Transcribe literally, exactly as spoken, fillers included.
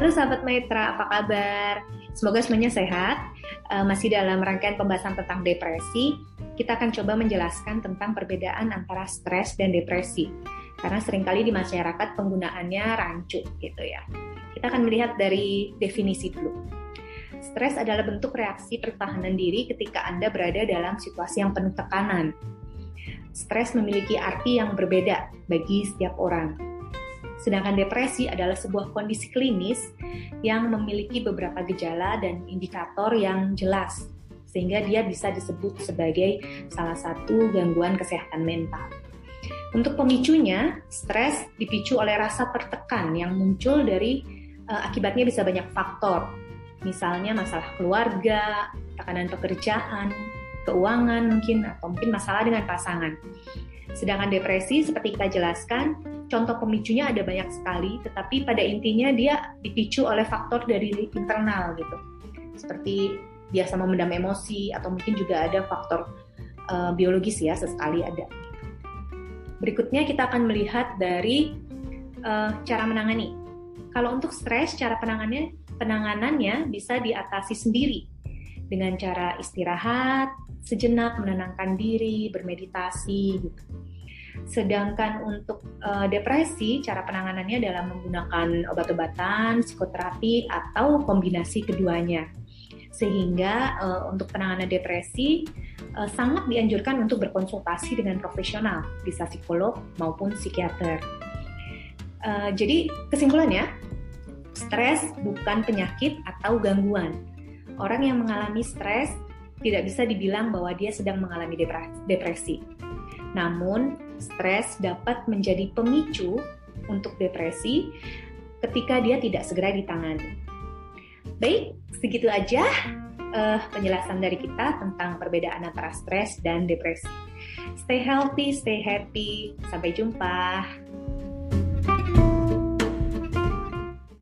Halo sahabat Maitra, apa kabar? Semoga semuanya sehat. Uh, masih dalam rangkaian pembahasan tentang depresi, kita akan coba menjelaskan tentang perbedaan antara stres dan depresi. Karena seringkali di masyarakat penggunaannya rancu gitu ya. Kita akan melihat dari definisi dulu. Stres adalah bentuk reaksi pertahanan diri ketika Anda berada dalam situasi yang penuh tekanan. Stres memiliki arti yang berbeda bagi setiap orang. Sedangkan depresi adalah sebuah kondisi klinis yang memiliki beberapa gejala dan indikator yang jelas, sehingga dia bisa disebut sebagai salah satu gangguan kesehatan mental. Untuk pemicunya, stres dipicu oleh rasa tertekan yang muncul dari uh, akibatnya bisa banyak faktor, misalnya masalah keluarga, tekanan pekerjaan, keuangan mungkin, atau mungkin masalah dengan pasangan. Sedangkan depresi, seperti kita jelaskan, contoh pemicunya ada banyak sekali, tetapi pada intinya dia dipicu oleh faktor dari internal gitu. Seperti biasa memendam emosi, atau mungkin juga ada faktor uh, biologis ya, sesekali ada. Berikutnya kita akan melihat dari uh, cara menangani. Kalau untuk stres, cara penanganannya, penanganannya bisa diatasi sendiri dengan cara istirahat, sejenak menenangkan diri, bermeditasi gitu. Sedangkan untuk uh, depresi, cara penanganannya adalah menggunakan obat-obatan, psikoterapi, atau kombinasi keduanya. Sehingga uh, untuk penanganan depresi uh, sangat dianjurkan untuk berkonsultasi dengan profesional, bisa psikolog maupun psikiater. Uh, jadi kesimpulannya, stres bukan penyakit atau gangguan. Orang yang mengalami stres tidak bisa dibilang bahwa dia sedang mengalami depresi. Namun, stres dapat menjadi pemicu untuk depresi ketika dia tidak segera ditangani. Baik, segitu aja uh, penjelasan dari kita tentang perbedaan antara stres dan depresi. Stay healthy, stay happy. Sampai jumpa.